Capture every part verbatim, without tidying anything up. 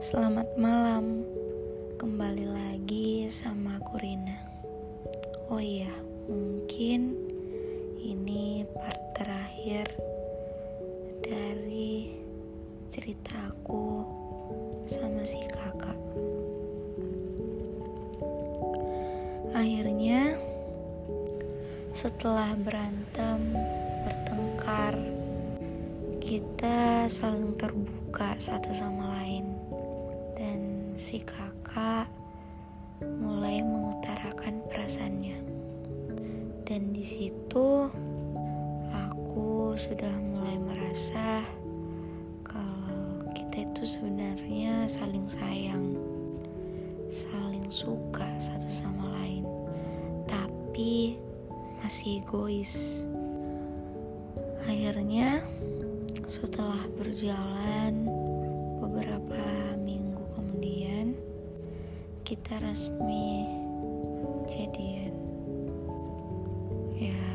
Selamat malam, kembali lagi sama aku Rina. Oh iya, mungkin ini part terakhir dari cerita aku sama si kakak. Akhirnya setelah berantem, bertengkar, kita saling terbuka satu sama lain. Dan si kakak mulai mengutarakan perasaannya. Dan di situ aku sudah mulai merasa kalau kita itu sebenarnya saling sayang, saling suka satu sama lain, tapi masih egois. Akhirnya setelah berjalan beberapa minggu kemudian, kita resmi jadian. Ya,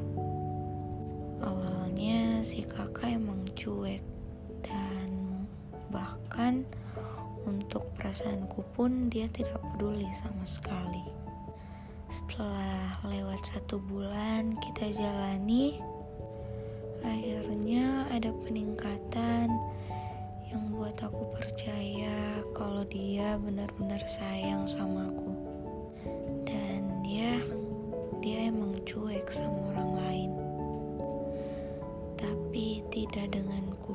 awalnya si kakak emang cuek, dan bahkan untuk perasaanku pun dia tidak peduli sama sekali. Setelah lewat satu bulan kita jalani, akhirnya ada peningkatan yang buat aku percaya kalau dia benar-benar sayang sama aku. Dan ya, dia emang cuek sama orang lain, tapi tidak denganku.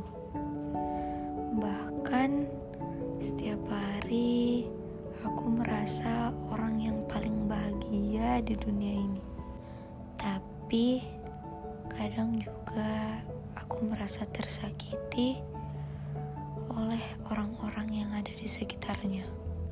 Bahkan setiap hari aku merasa orang yang paling bahagia di dunia ini. Tapi kadang juga aku merasa tersakiti oleh orang-orang yang ada di sekitarnya.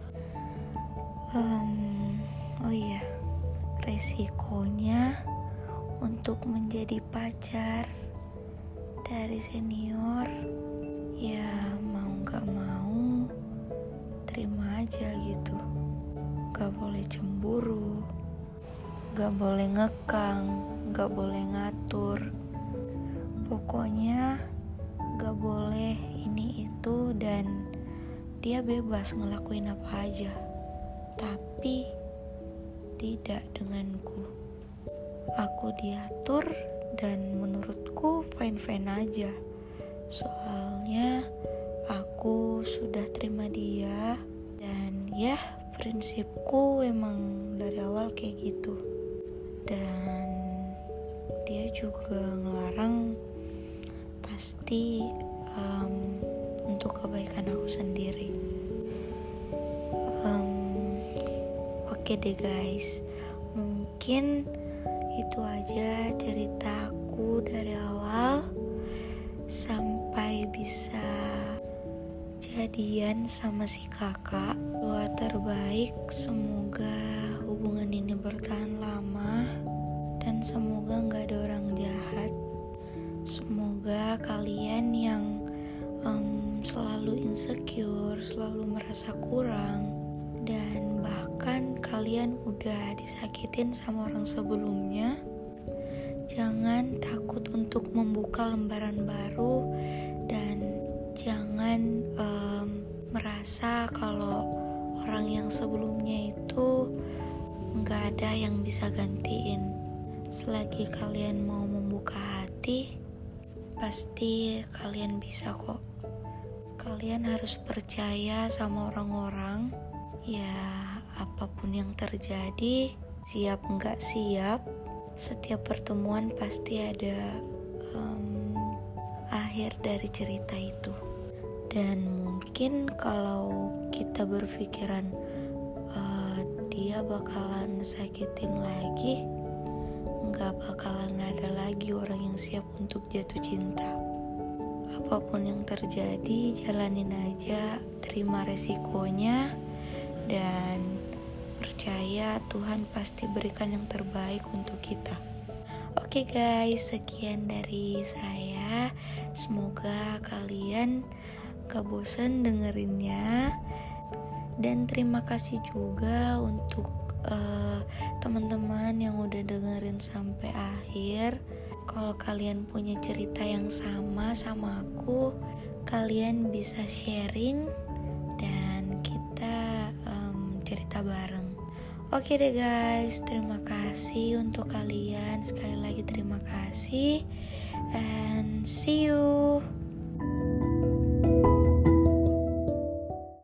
Um, oh iya, resikonya untuk menjadi pacar dari senior, ya mau gak mau terima aja gitu. Gak boleh cemburu, gak boleh ngekang, gak boleh ngatur. Pokoknya gak boleh ini itu, dan dia bebas ngelakuin apa aja, tapi tidak denganku. Aku diatur dan menurutku fine-fine aja. Soalnya aku sudah terima dia, dan ya prinsipku emang dari awal kayak gitu. Dan dia juga ngelarang pasti um, untuk kebaikan aku sendiri. um, Oke deh guys, mungkin itu aja ceritaku dari awal sampai bisa jadian sama si kakak. Doa terbaik, semoga hubungan ini bertahan lama dan semoga gak ada orang jahat. Semoga kalian yang um, selalu insecure, selalu merasa kurang, dan bahkan kalian udah disakitin sama orang sebelumnya, jangan takut untuk membuka lembaran baru, dan jangan um, merasa kalau orang yang sebelumnya itu gak ada yang bisa gantiin. Selagi kalian mau membuka hati, pasti kalian bisa kok. Kalian harus percaya sama orang-orang. Ya, apapun yang terjadi, siap nggak siap, setiap pertemuan pasti ada um, akhir dari cerita itu. Dan mungkin kalau kita berpikiran uh, dia bakalan sakitin lagi, nggak bakalan ada lagi orang yang siap untuk jatuh cinta. Apapun yang terjadi, jalanin aja, terima resikonya, dan percaya Tuhan pasti berikan yang terbaik untuk kita. Oke guys, sekian dari saya. Semoga kalian gak bosan dengerinnya, dan terima kasih juga untuk uh, teman-teman yang udah dengerin sampai akhir. Kalau kalian punya cerita yang sama sama aku, kalian bisa sharing dan kita bareng. Oke deh guys, terima kasih untuk kalian. Sekali lagi terima kasih, and see you.